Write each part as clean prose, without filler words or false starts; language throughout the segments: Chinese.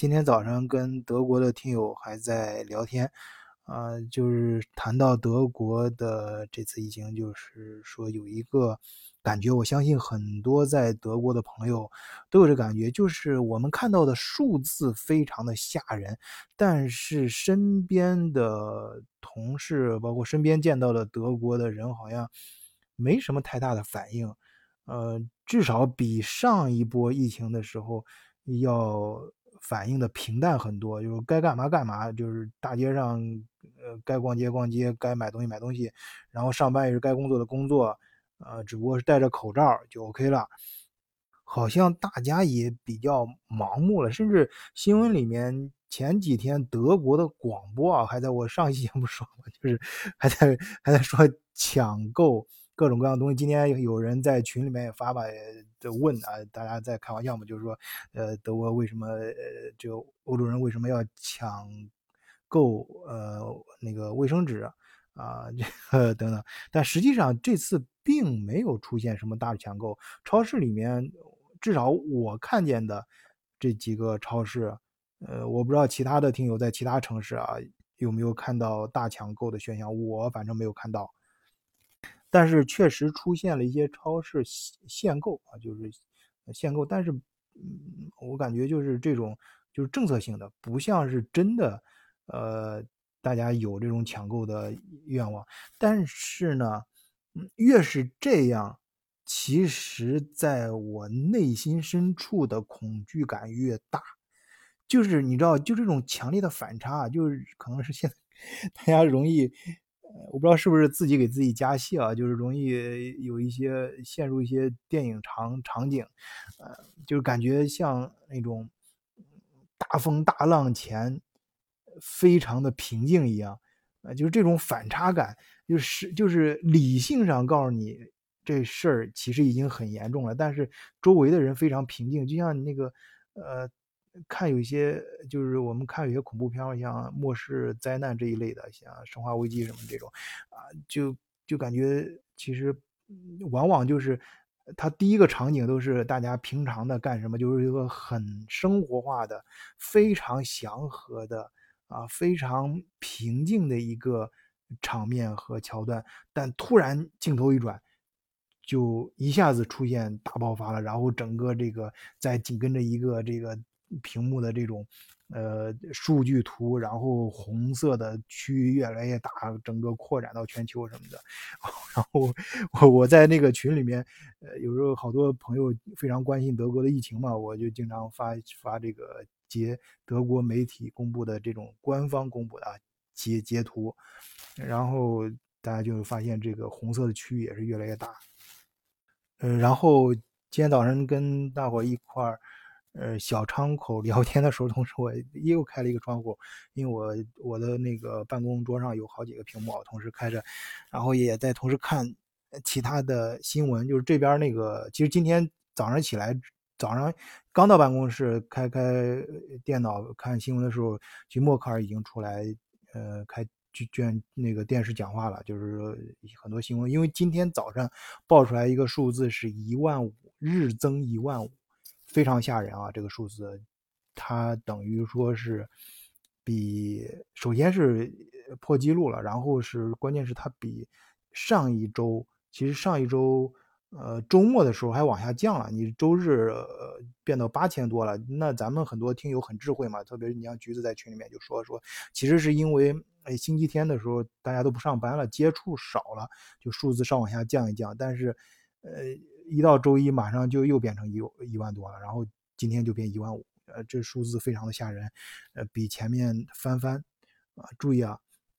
今天早上跟德国的听友还在聊天，就是谈到德国的这次疫情，就是说有一个感觉，我相信很多在德国的朋友都有这感觉，就是我们看到的数字非常的吓人，但是身边的同事，包括身边见到的德国的人，好像没什么太大的反应，至少比上一波疫情的时候要反应的平淡很多，就是该干嘛干嘛，就是大街上，该逛街逛街，该买东西买东西，然后上班也是该工作的工作，只不过是戴着口罩就 OK 了。好像大家也比较盲目了，甚至新闻里面前几天德国的广播还在我上一期节目说过，就是还在说抢购各种各样的东西。今天有人在群里面也发吧，就问啊，大家在开玩笑嘛，就是说，德国为什么这个欧洲人为什么要抢购那个卫生纸这个等等，但实际上这次并没有出现什么大的抢购，超市里面至少我看见的这几个超市，我不知道其他的听友在其他城市有没有看到大抢购的现象，我反正没有看到。但是确实出现了一些超市限购就是限购，但是我感觉就是这种就是政策性的，不像是真的大家有这种抢购的愿望。但是呢，越是这样，其实在我内心深处的恐惧感越大。就是你知道，就这种强烈的反差就是可能是现在大家容易，我不知道是不是自己给自己加戏就是容易有一些陷入一些电影场景，就是感觉像那种大风大浪前非常的平静一样，就是这种反差感，就是理性上告诉你这事儿其实已经很严重了，但是周围的人非常平静，就像你那个呃，看有一些就是我们看有些恐怖片像末世灾难这一类的，像《生化危机》什么这种，就感觉其实往往就是它第一个场景都是大家平常的干什么，就是一个很生活化的、非常祥和的非常平静的一个场面和桥段，但突然镜头一转，就一下子出现大爆发了，然后整个这个再紧跟着一个这个屏幕的这种数据图，然后红色的区域越来越大，整个扩展到全球什么的。然后我在那个群里面，有时候好多朋友非常关心德国的疫情嘛，我就经常发这个德国媒体公布的这种官方公布的截图，然后大家就发现这个红色的区域也是越来越大。然后今天早上跟大伙一块儿，小窗口聊天的时候，同时我又开了一个窗户，因为我的那个办公桌上有好几个屏幕同时开着，然后也在同时看其他的新闻，就是这边那个，其实今天早上起来，早上刚到办公室开电脑看新闻的时候，其实默克尔已经出来，开卷那个电视讲话了，就是说很多新闻，因为今天早上爆出来一个数字是15000，日增15000，非常吓人这个数字，它等于说是首先是破纪录了，然后关键是它比上一周，其实上一周周末的时候还往下降了，你周日变到8000多了。那咱们很多听友很智慧嘛，特别是你像橘子在群里面就说，其实是因为星期天的时候大家都不上班了，接触少了，就数字稍往下降一降。但是一到周一马上就又变成一万多了，然后今天就变15000，这数字非常的吓人，比前面翻注意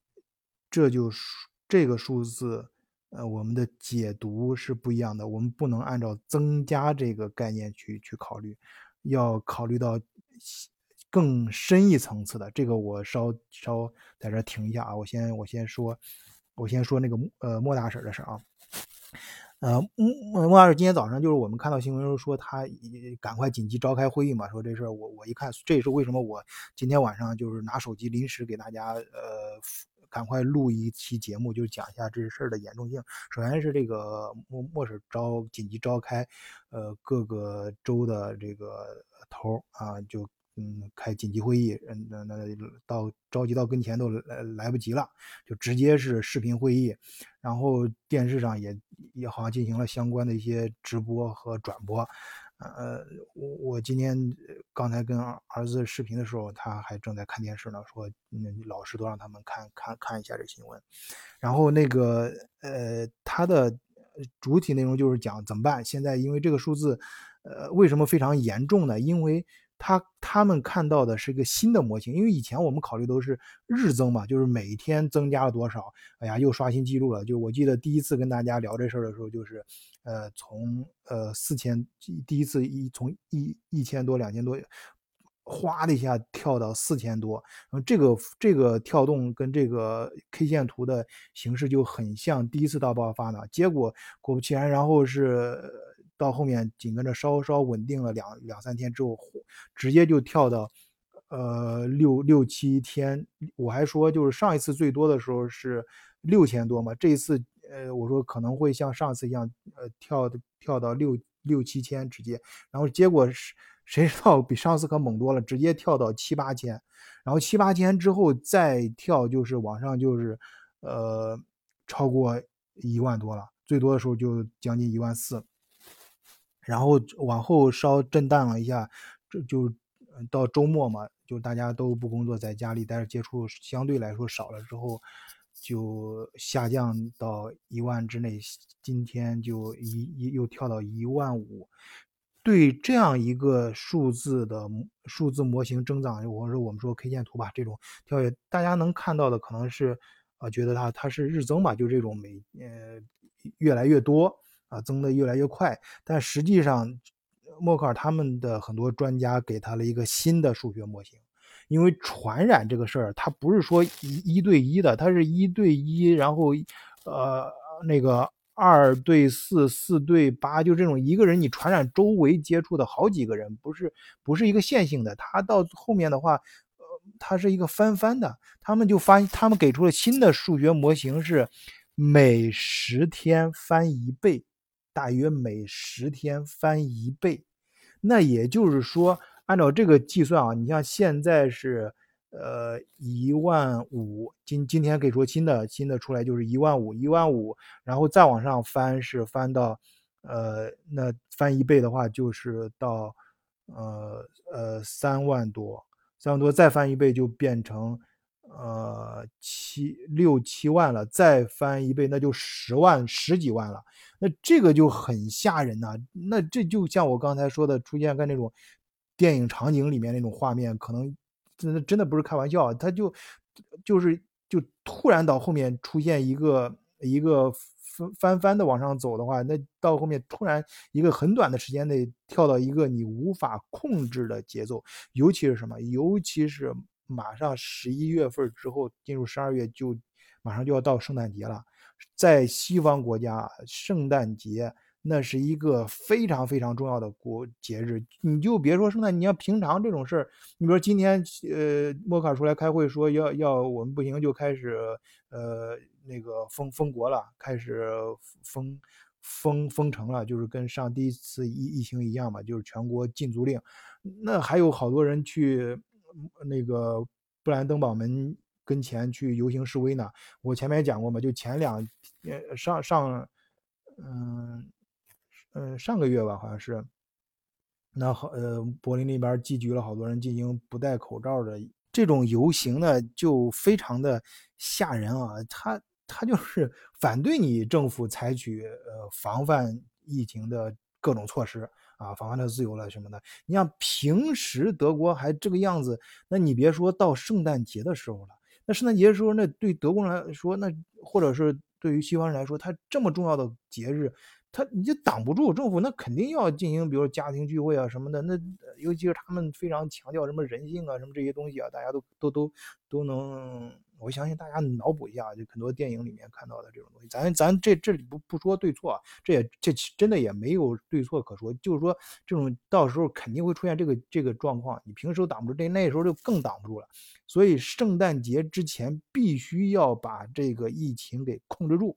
这个数字，我们的解读是不一样的，我们不能按照增加这个概念去考虑，要考虑到更深一层次的。这个我稍在这停一下我先说那个莫大婶的事莫大婶今天早上就是我们看到新闻说他赶快紧急召开会议嘛，说这事我一看，这也是为什么我今天晚上就是拿手机临时给大家赶快录一期节目，就讲一下这事的严重性。首先是这个莫婶紧急召开各个州的这个头就开紧急会议，那着急到跟前都来不及了，就直接是视频会议，然后电视上也好像进行了相关的一些直播和转播。我今天刚才跟儿子视频的时候，他还正在看电视呢，说老师都让他们看一下这新闻。然后它的主体内容就是讲怎么办。现在因为这个数字，为什么非常严重呢？因为他们看到的是一个新的模型，因为以前我们考虑都是日增嘛，就是每天增加了多少，哎呀，又刷新记录了。就我记得第一次跟大家聊这事儿的时候，就是从4000，第一次从1000多2000多，哗的一下跳到4000多，然后这个跳动跟这个 K 线图的形式就很像第一次大爆发呢。结果果不其然，然后是到后面紧跟着稍稍稳定了两三天之后，直接就跳到六七天。我还说就是上一次最多的时候是6000多嘛，这一次我说可能会像上次一样跳到六七千直接，然后结果是谁知道比上次可猛多了，直接跳到七八千，然后七八千之后再跳就是往上就是超过1万多了，最多的时候就将近14000。然后往后稍震荡了一下，这就到周末嘛，就大家都不工作，在家里，但是接触相对来说少了之后，就下降到1万之内。今天就又跳到15000。对这样一个数字模型增长，我们说 K 线图吧，这种跳跃，大家能看到的可能是觉得它是日增吧，就这种越来越多增的越来越快。但实际上默克尔他们的很多专家给他了一个新的数学模型。因为传染这个事儿，它不是说一对一的，它是一对一，然后呃那个2对4、4对8，就这种一个人你传染周围接触的好几个人，不是一个线性的。它到后面的话，它是一个翻的。他们给出了新的数学模型，是每10天翻一倍，大约每10天翻一倍。那也就是说，按照这个计算啊，你像现在是15000，今天可以说新的出来就是15000，然后再往上翻是翻到那翻一倍的话就是到3万多，再翻一倍就变成六七万了，再翻一倍那就10万十几万了。那这个就很吓人呐。那这就像我刚才说的，出现在那种电影场景里面那种画面，可能真的不是开玩笑，它就突然到后面出现一个翻的往上走的话，那到后面突然一个很短的时间内跳到一个你无法控制的节奏。尤其是什么？尤其是马上11月份之后进入12月，就马上就要到圣诞节了。在西方国家，圣诞节那是一个非常非常重要的节日。你就别说圣诞，你要平常这种事儿，你比如说今天默克尔出来开会说要我们不行就开始那个封国了，开始封城了，就是跟上第一次疫情一样嘛，就是全国禁足令。那还有好多人去那个布兰登堡门跟前去游行示威呢。我前面也讲过嘛，就前上个月吧，好像是。那柏林那边聚集了好多人进行不戴口罩的这种游行呢，就非常的吓人啊。他就是反对你政府采取防范疫情的各种措施啊，防范它自由了什么的。你像平时德国还这个样子，那你别说到圣诞节的时候了。那圣诞节的时候，那对德国人来说，那或者是对于西方人来说，他这么重要的节日，你就挡不住政府，那肯定要进行，比如说家庭聚会啊什么的。那尤其是他们非常强调什么人性啊，什么这些东西啊，大家都能，我相信大家脑补一下，就很多电影里面看到的这种东西。咱这里不说对错，这真的也没有对错可说，就是说这种到时候肯定会出现这个状况，你平时都挡不住，那时候就更挡不住了。所以圣诞节之前必须要把这个疫情给控制住。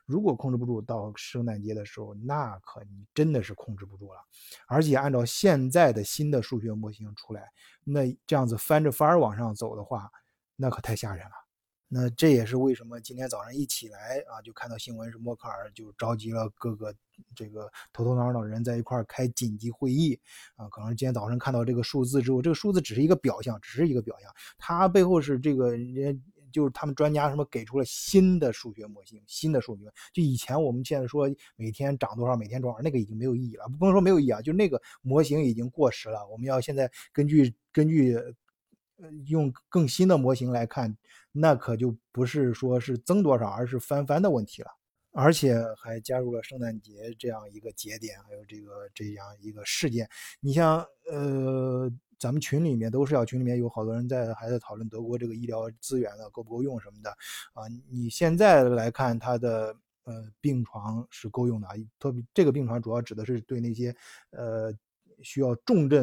如果控制不住，到圣诞节的时候，那可你真的是控制不住了。而且按照现在的新的数学模型出来，那这样子翻着番儿往上走的话，那可太吓人了。那这也是为什么今天早上一起来啊，就看到新闻是默克尔就召集了各个这个头头脑脑的人在一块儿开紧急会议啊。可能今天早上看到这个数字之后，这个数字只是一个表象，只是一个表象，它背后是这个人就是他们专家什么给出了新的数学模型，新的数学。就以前我们现在说每天涨多少，每天多少，那个已经没有意义了，不能说没有意义啊，就那个模型已经过时了。我们要现在根据用更新的模型来看，那可就不是说是增多少，而是翻番的问题了。而且还加入了圣诞节这样一个节点，还有这样一个事件。你像咱们群里面都是群里面有好多人还在讨论德国这个医疗资源的够不够用什么的啊。你现在来看它的病床是够用的啊，特别这个病床主要指的是对那些需要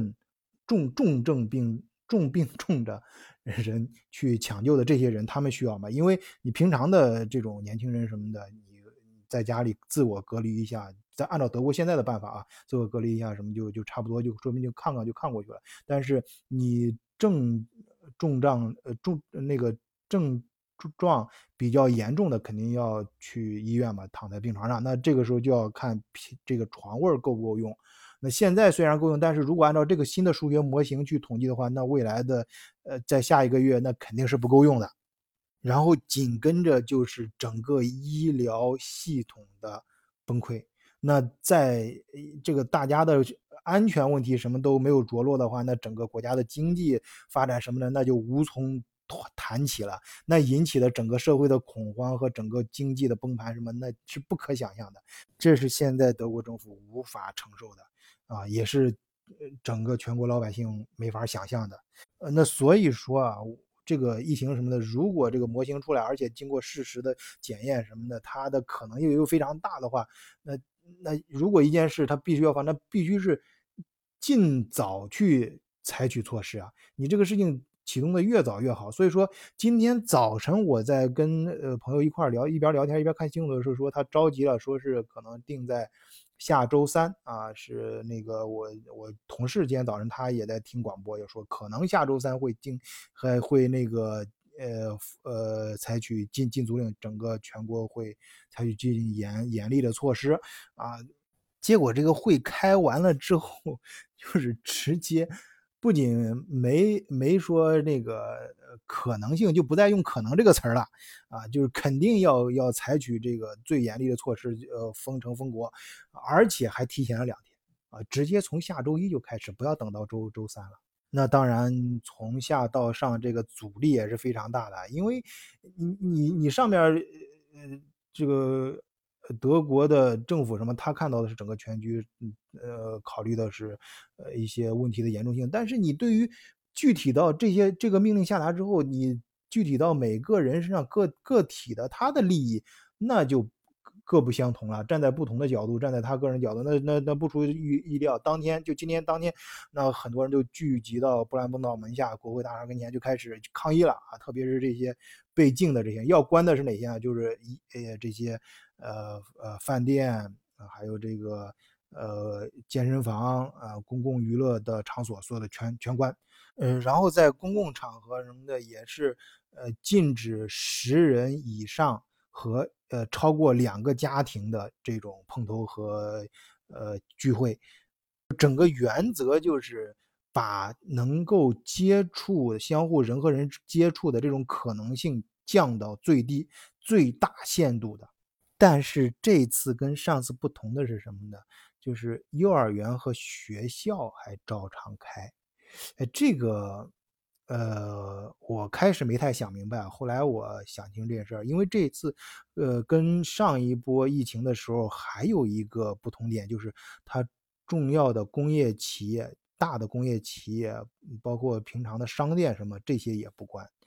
重病重的人去抢救的这些人，他们需要嘛？因为你平常的这种年轻人什么的，你在家里自我隔离一下，再按照德国现在的办法啊，自我隔离一下什么就差不多，就说明就看看就看过去了。但是你重症那个症状比较严重的，肯定要去医院嘛，躺在病床上。那这个时候就要看这个床位够不够用。那现在虽然够用，但是如果按照这个新的数学模型去统计的话，那未来的在下一个月那肯定是不够用的。然后紧跟着就是整个医疗系统的崩溃。那在这个大家的安全问题什么都没有着落的话，那整个国家的经济发展什么的，那就无从谈起了。那引起的整个社会的恐慌和整个经济的崩盘什么，那是不可想象的。这是现在德国政府无法承受的啊，也是整个全国老百姓没法想象的。那所以说啊，这个疫情什么的，如果这个模型出来，而且经过事实的检验什么的，它的可能又非常大的话，那如果一件事它必须要放，那必须是尽早去采取措施啊。你这个事情启动的越早越好。所以说今天早晨我在跟朋友一块聊，一边聊天一边看新闻的时候说，他着急了，说是可能定在下周三啊。是那个我同事今天早上他也在听广播，也说可能下周三还会那个采取禁足令，整个全国会采取严厉的措施啊。结果这个会开完了之后，就是直接不仅没说那个可能性，就不再用可能这个词儿了啊，就是肯定要采取这个最严厉的措施，封城封国，而且还提前了2天啊，直接从下周一就开始，不要等到周三了。那当然，从下到上这个阻力也是非常大的，因为你上面这个德国的政府什么，他看到的是整个全局，考虑的是一些问题的严重性，但是你对于具体到这个命令下达之后，你具体到每个人身上个体的他的利益，那就各不相同了。站在不同的角度，站在他个人角度，那不出意料，今天当天，那很多人就聚集到布兰登道门下国会大厦跟前就开始抗议了啊！特别是这些被禁的这些，要关的是哪些啊？就是这些饭店还有这个健身房啊、公共娱乐的场所，所有的全关。然后在公共场合什么的也是禁止10人以上和超过2个家庭的这种碰头和聚会。整个原则就是把能够相互人和人接触的这种可能性降到最低、最大限度的。但是这次跟上次不同的是什么呢？就是幼儿园和学校还照常开。这个，我开始没太想明白，后来我想清这件事儿。因为这次，跟上一波疫情的时候还有一个不同点，就是它重要的工业企业、大的工业企业，包括平常的商店什么这些也不关。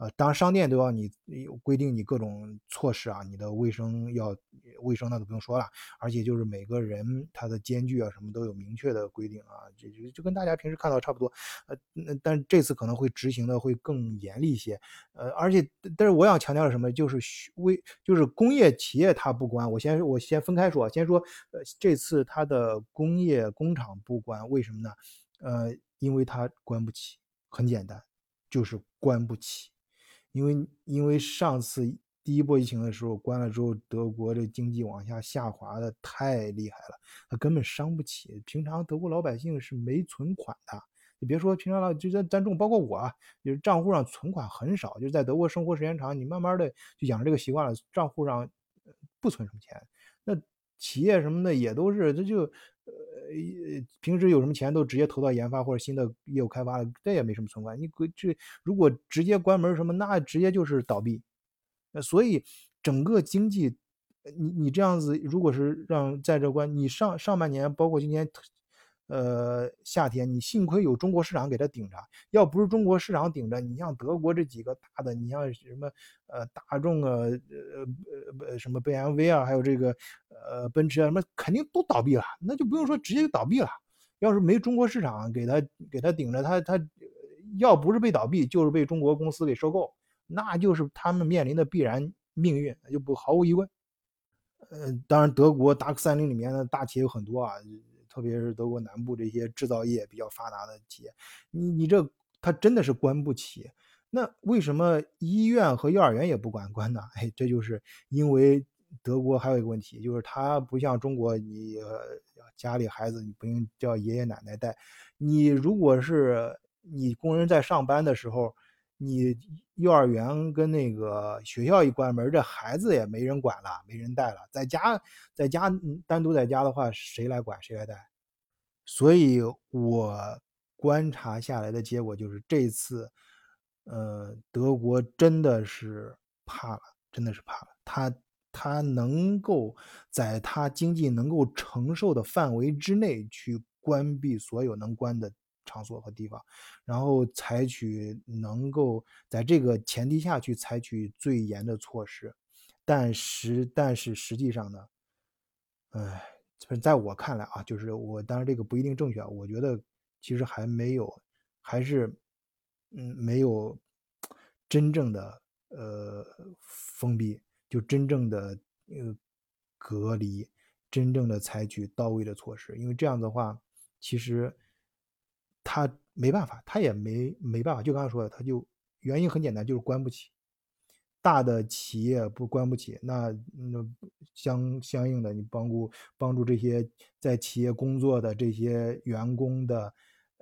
当然商店都要你规定你各种措施啊，你的卫生那都不用说了，而且就是每个人他的间距啊什么都有明确的规定啊，就跟大家平时看到差不多。但这次可能会执行的会更严厉一些。而且但是我想强调的什么，就是工业企业它不关，我先分开说，先说这次它的工业工厂不关，为什么呢？因为它关不起，很简单，就是关不起。因为上次第一波疫情的时候关了之后，德国的经济往下下滑的太厉害了，它根本伤不起。平常德国老百姓是没存款的，你别说平常了，就咱这种包括我啊，就是账户上存款很少，就是在德国生活时间长，你慢慢的就养成这个习惯了，账户上不存什么钱。那企业什么的也都是，这就平时有什么钱都直接投到研发或者新的业务开发了，这也没什么存款。如果直接关门什么，那直接就是倒闭。所以整个经济，你这样子，如果是让在这关，你上半年包括今年，夏天，你幸亏有中国市场给它顶着，要不是中国市场顶着，你像德国这几个大的，你像什么大众啊，什么 BMW 啊，还有这个奔驰啊，什么肯定都倒闭了，那就不用说直接就倒闭了。要是没中国市场给它顶着，它要不是被倒闭，就是被中国公司给收购。那就是他们面临的必然命运，就不毫无疑问。当然，德国达克30里面的大企业有很多啊，特别是德国南部这些制造业比较发达的企业，你这它真的是关不起。那为什么医院和幼儿园也不管关呢？哎，这就是因为德国还有一个问题，就是它不像中国，你家里孩子你不用叫爷爷奶奶带，你如果是你工人在上班的时候，你幼儿园跟那个学校一关门，这孩子也没人管了，没人带了。在家单独在家的话，谁来管谁来带？所以我观察下来的结果就是，这次，德国真的是怕了，真的是怕了。他能够在他经济能够承受的范围之内去关闭所有能关的场所和地方，然后采取能够在这个前提下去采取最严的措施。但是实际上呢，哎，在我看来啊，就是我当然这个不一定正确啊，我觉得其实还没有，还是没有真正的封闭，就真正的隔离，真正的采取到位的措施，因为这样的话，其实他没办法，他也没办法，就刚才说的，他就原因很简单，就是关不起。大的企业不关不起，那相应的你帮助这些在企业工作的这些员工的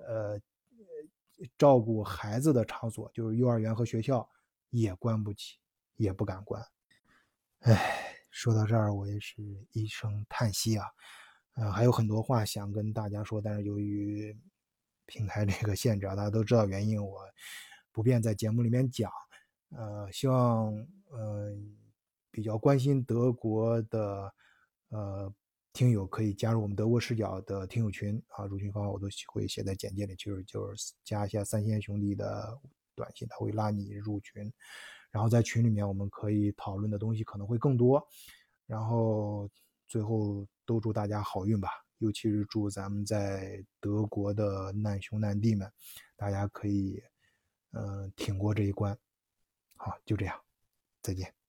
照顾孩子的场所，就是幼儿园和学校也关不起，也不敢关。唉，说到这儿我也是一声叹息啊。还有很多话想跟大家说，但是由于平台这个限制啊，大家都知道原因，我不便在节目里面讲。希望比较关心德国的听友可以加入我们德国视角的听友群啊，入群方法我都会写在简介里，就是加一下三鲜兄弟的短信，他会拉你入群，然后在群里面我们可以讨论的东西可能会更多，然后最后都祝大家好运吧，尤其是祝咱们在德国的难兄难弟们，大家可以挺过这一关。好，就这样，再见。